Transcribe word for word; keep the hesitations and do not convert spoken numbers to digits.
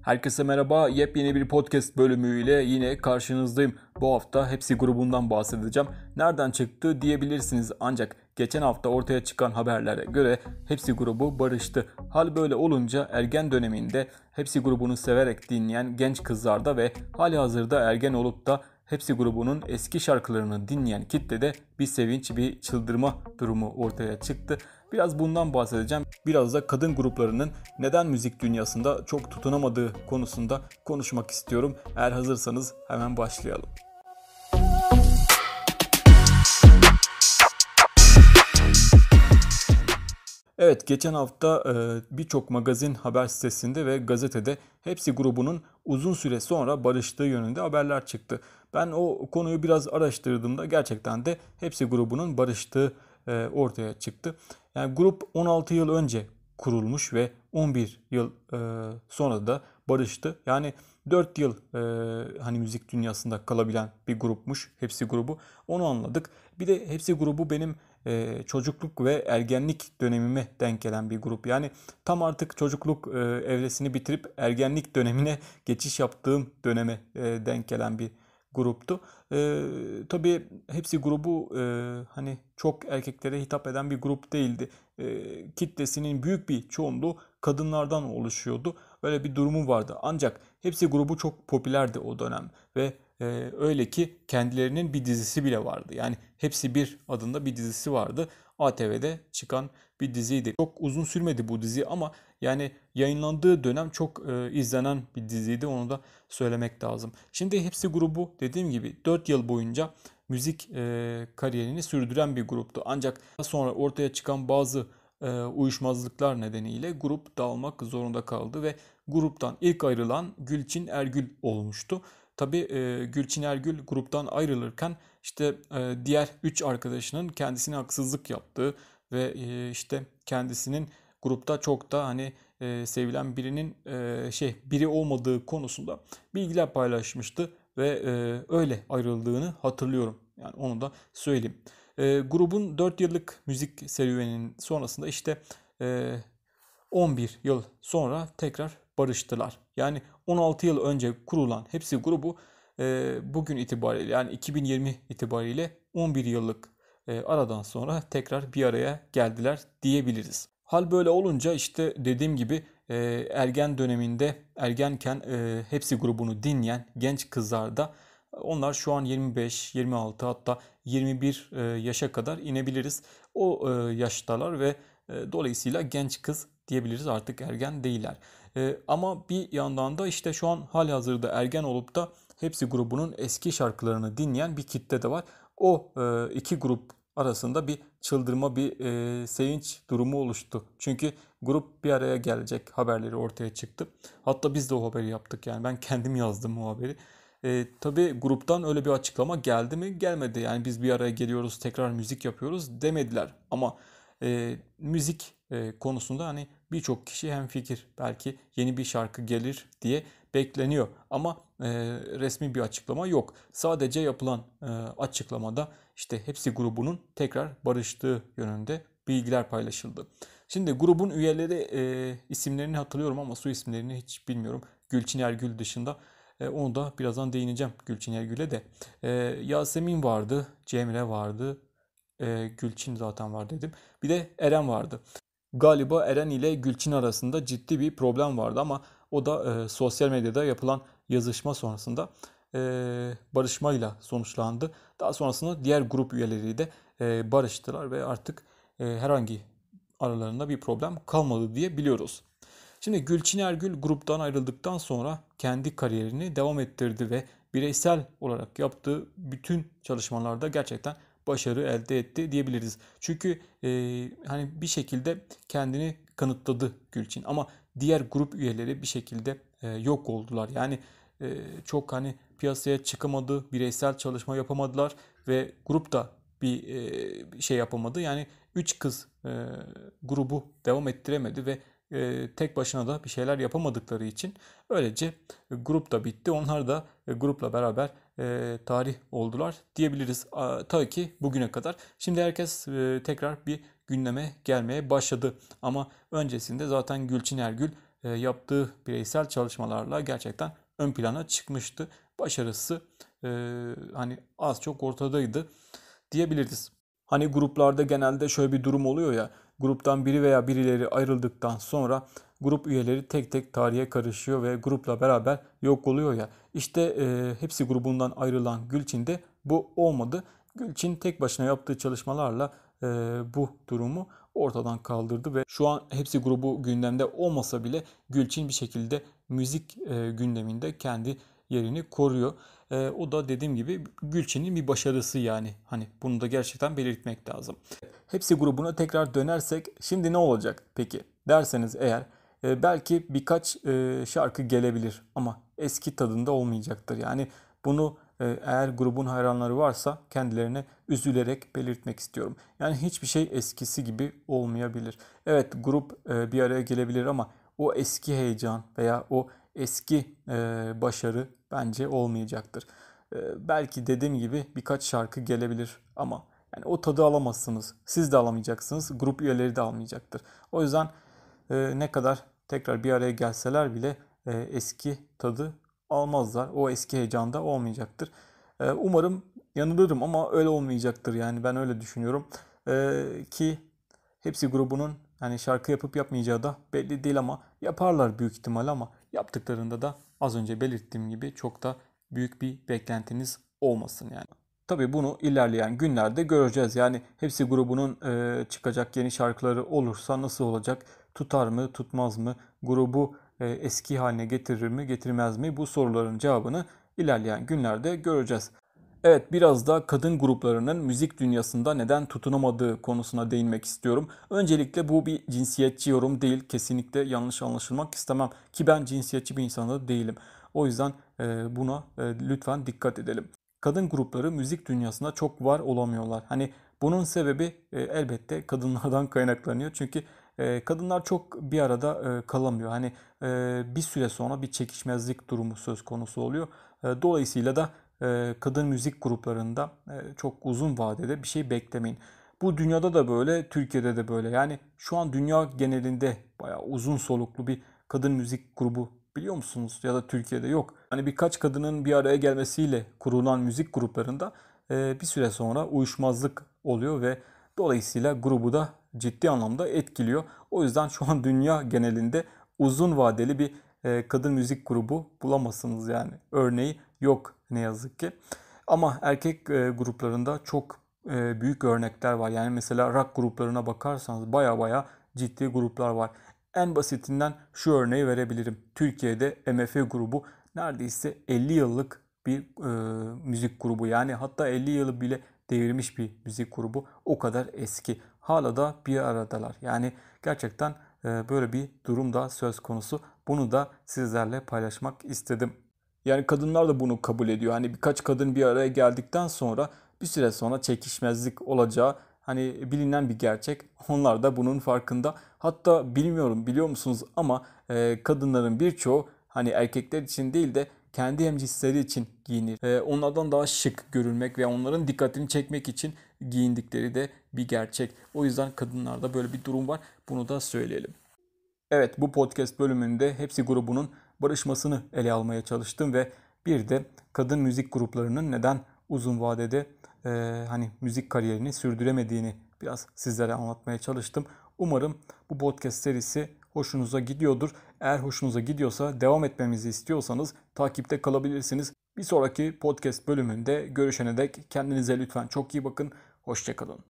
Herkese merhaba. Yepyeni bir podcast bölümüyle yine karşınızdayım. Bu hafta Hepsi grubundan bahsedeceğim. Nereden çıktı diyebilirsiniz ancak geçen hafta ortaya çıkan haberlere göre Hepsi grubu barıştı. Hal böyle olunca ergen döneminde Hepsi grubunu severek dinleyen genç kızlarda ve halihazırda ergen olup da Hepsi grubunun eski şarkılarını dinleyen kitlede bir sevinç, bir çıldırma durumu ortaya çıktı. Biraz bundan bahsedeceğim. Biraz da kadın gruplarının neden müzik dünyasında çok tutunamadığı konusunda konuşmak istiyorum. Eğer hazırsanız hemen başlayalım. Evet, geçen hafta birçok magazin haber sitesinde ve gazetede Hepsi grubunun uzun süre sonra barıştığı yönünde haberler çıktı. Ben o konuyu biraz araştırdığımda gerçekten de Hepsi grubunun barıştığı ortaya çıktı. Yani grup on altı yıl önce kurulmuş ve on bir yıl sonra da barıştı. Yani dört yıl hani müzik dünyasında kalabilen bir grupmuş Hepsi grubu. Onu anladık. Bir de Hepsi grubu benim e, çocukluk ve ergenlik dönemime denk gelen bir grup. Yani tam artık çocukluk e, evresini bitirip ergenlik dönemine geçiş yaptığım döneme e, denk gelen bir gruptu. E, tabii Hepsi grubu e, hani çok erkeklere hitap eden bir grup değildi. E, kitlesinin büyük bir çoğunluğu kadınlardan oluşuyordu. Öyle bir durumu vardı. Ancak Hepsi grubu çok popülerdi o dönem ve ee, öyle ki kendilerinin bir dizisi bile vardı. Yani Hepsi Bir adında bir dizisi vardı. A T V'de çıkan bir diziydi. Çok uzun sürmedi bu dizi ama yani yayınlandığı dönem çok e, izlenen bir diziydi. Onu da söylemek lazım. Şimdi Hepsi grubu dediğim gibi dört yıl boyunca müzik e, kariyerini sürdüren bir gruptu. Ancak sonra ortaya çıkan bazı e, uyuşmazlıklar nedeniyle grup dağılmak zorunda kaldı ve gruptan ilk ayrılan Gülçin Ergül olmuştu. Tabii e, Gülçin Ergül gruptan ayrılırken işte e, diğer üç arkadaşının kendisine haksızlık yaptığı ve e, işte kendisinin grupta çok da hani e, sevilen birinin e, şey biri olmadığı konusunda bilgiler paylaşmıştı ve e, öyle ayrıldığını hatırlıyorum. Yani onu da söyleyeyim. E, grubun dört yıllık müzik serüveninin sonrasında işte e, on bir yıl sonra tekrar barıştılar. Yani on altı yıl önce kurulan Hepsi grubu e, bugün itibariyle yani iki bin yirmi itibariyle on bir yıllık e, aradan sonra tekrar bir araya geldiler diyebiliriz. Hal böyle olunca işte dediğim gibi e, ergen döneminde ergenken e, Hepsi grubunu dinleyen genç kızlar da onlar şu an yirmi beş, yirmi altı hatta yirmi bir e, yaşa kadar inebiliriz. O e, yaştalar ve e, dolayısıyla genç kız diyebiliriz, artık ergen değiller. E, ama bir yandan da işte şu an halihazırda ergen olup da Hepsi grubunun eski şarkılarını dinleyen bir kitle de var. O e, iki grup arasında bir çıldırma, bir e, sevinç durumu oluştu. Çünkü grup bir araya gelecek haberleri ortaya çıktı. Hatta biz de o haberi yaptık, yani ben kendim yazdım o haberi. E, tabii gruptan öyle bir açıklama geldi mi? Gelmedi. Yani biz bir araya geliyoruz, tekrar müzik yapıyoruz demediler. Ama e, müzik e, konusunda hani birçok kişi hemfikir. Belki yeni bir şarkı gelir diye bekleniyor. Ama e, resmi bir açıklama yok. Sadece yapılan e, açıklamada işte Hepsi grubunun tekrar barıştığı yönünde bilgiler paylaşıldı. Şimdi grubun üyeleri e, isimlerini hatırlıyorum ama su isimlerini hiç bilmiyorum. Gülçin Ergül dışında. E, onu da birazdan değineceğim Gülçin Ergül'e de. E, Yasemin vardı, Cemre vardı, e, Gülçin zaten var dedim. Bir de Eren vardı. Galiba Eren ile Gülçin arasında ciddi bir problem vardı ama o da e, sosyal medyada yapılan yazışma sonrasında e, barışmayla sonuçlandı. Daha sonrasında diğer grup üyeleri de e, barıştılar ve artık e, herhangi aralarında bir problem kalmadı diye biliyoruz. Şimdi Gülçin Ergül gruptan ayrıldıktan sonra kendi kariyerini devam ettirdi ve bireysel olarak yaptığı bütün çalışmalarda gerçekten başarı elde etti diyebiliriz. Çünkü e, hani bir şekilde kendini kanıtladı Gülçin ama diğer grup üyeleri bir şekilde e, yok oldular. Yani e, çok hani piyasaya çıkamadı, bireysel çalışma yapamadılar ve grup da bir e, şey yapamadı. Yani üç kız e, grubu devam ettiremedi ve e, tek başına da bir şeyler yapamadıkları için öylece e, grup da bitti. Onlar da e, grupla beraber e, tarih oldular diyebiliriz. A, ta ki bugüne kadar. Şimdi herkes e, tekrar bir gündeme gelmeye başladı. Ama öncesinde zaten Gülçin Ergül e, yaptığı bireysel çalışmalarla gerçekten ön plana çıkmıştı. Başarısı e, hani az çok ortadaydı diyebiliriz. Hani gruplarda genelde şöyle bir durum oluyor ya, gruptan biri veya birileri ayrıldıktan sonra grup üyeleri tek tek tarihe karışıyor ve grupla beraber yok oluyor ya. İşte e, hepsi grubundan ayrılan Gülçin'de bu olmadı. Gülçin tek başına yaptığı çalışmalarla e, bu durumu ortadan kaldırdı ve şu an hepsi grubu gündemde olmasa bile Gülçin bir şekilde müzik e, gündeminde kendi yerini koruyor. E, o da dediğim gibi Gülçin'in bir başarısı yani. Hani bunu da gerçekten belirtmek lazım. Hepsi grubuna tekrar dönersek şimdi ne olacak peki derseniz eğer e, belki birkaç e, şarkı gelebilir ama eski tadında olmayacaktır. Yani bunu e, eğer grubun hayranları varsa kendilerine üzülerek belirtmek istiyorum. Yani hiçbir şey eskisi gibi olmayabilir. Evet, grup e, bir araya gelebilir ama o eski heyecan veya o eski e, başarı bence olmayacaktır. E, belki dediğim gibi birkaç şarkı gelebilir ama yani o tadı alamazsınız. Siz de alamayacaksınız. Grup üyeleri de almayacaktır. O yüzden e, ne kadar tekrar bir araya gelseler bile e, eski tadı almazlar. O eski heyecanda olmayacaktır. E, umarım yanılırım ama öyle olmayacaktır. Yani ben öyle düşünüyorum. E, ki hepsi grubunun yani şarkı yapıp yapmayacağı da belli değil ama yaparlar büyük ihtimal ama yaptıklarında da az önce belirttiğim gibi çok da büyük bir beklentiniz olmasın yani. Tabii bunu ilerleyen günlerde göreceğiz. Yani hepsi grubunun e, çıkacak yeni şarkıları olursa nasıl olacak? Tutar mı, tutmaz mı? Grubu e, eski haline getirir mi, getirmez mi? Bu soruların cevabını ilerleyen günlerde göreceğiz. Evet, biraz da kadın gruplarının müzik dünyasında neden tutunamadığı konusuna değinmek istiyorum. Öncelikle bu bir cinsiyetçi yorum değil. Kesinlikle yanlış anlaşılmak istemem. Ki ben cinsiyetçi bir insan da değilim. O yüzden e, buna e, lütfen dikkat edelim. Kadın grupları müzik dünyasında çok var olamıyorlar. Hani bunun sebebi e, elbette kadınlardan kaynaklanıyor. Çünkü e, kadınlar çok bir arada e, kalamıyor. Hani e, bir süre sonra bir çekişmezlik durumu söz konusu oluyor. E, dolayısıyla da e, kadın müzik gruplarında e, çok uzun vadede bir şey beklemeyin. Bu dünyada da böyle, Türkiye'de de böyle. Yani şu an dünya genelinde bayağı uzun soluklu bir kadın müzik grubu biliyor musunuz? Ya da Türkiye'de yok. Hani birkaç kadının bir araya gelmesiyle kurulan müzik gruplarında e, bir süre sonra uyuşmazlık oluyor ve dolayısıyla grubu da ciddi anlamda etkiliyor. O yüzden şu an dünya genelinde uzun vadeli bir e, kadın müzik grubu bulamazsınız yani. Örneği yok ne yazık ki. Ama erkek e, gruplarında çok e, büyük örnekler var. Yani mesela rock gruplarına bakarsanız baya baya ciddi gruplar var. En basitinden şu örneği verebilirim. Türkiye'de M F grubu neredeyse elli yıllık bir e, müzik grubu. Yani hatta elli yılı bile devirmiş bir müzik grubu. O kadar eski. Hala da bir aradalar. Yani gerçekten e, böyle bir durum da söz konusu. Bunu da sizlerle paylaşmak istedim. Yani kadınlar da bunu kabul ediyor. Hani birkaç kadın bir araya geldikten sonra bir süre sonra çekişmezlik olacağı hani bilinen bir gerçek. Onlar da bunun farkında. Hatta bilmiyorum biliyor musunuz ama e, kadınların birçoğu hani erkekler için değil de kendi hemcinsleri için giyinir. E, onlardan daha şık görünmek ve onların dikkatini çekmek için giyindikleri de bir gerçek. O yüzden kadınlarda böyle bir durum var. Bunu da söyleyelim. Evet, bu podcast bölümünde Hepsi grubunun barışmasını ele almaya çalıştım ve bir de kadın müzik gruplarının neden uzun vadede e, hani müzik kariyerini sürdüremediğini biraz sizlere anlatmaya çalıştım. Umarım bu podcast serisi hoşunuza gidiyordur. Eğer hoşunuza gidiyorsa devam etmemizi istiyorsanız takipte kalabilirsiniz. Bir sonraki podcast bölümünde görüşene dek kendinize lütfen çok iyi bakın. Hoşça kalın.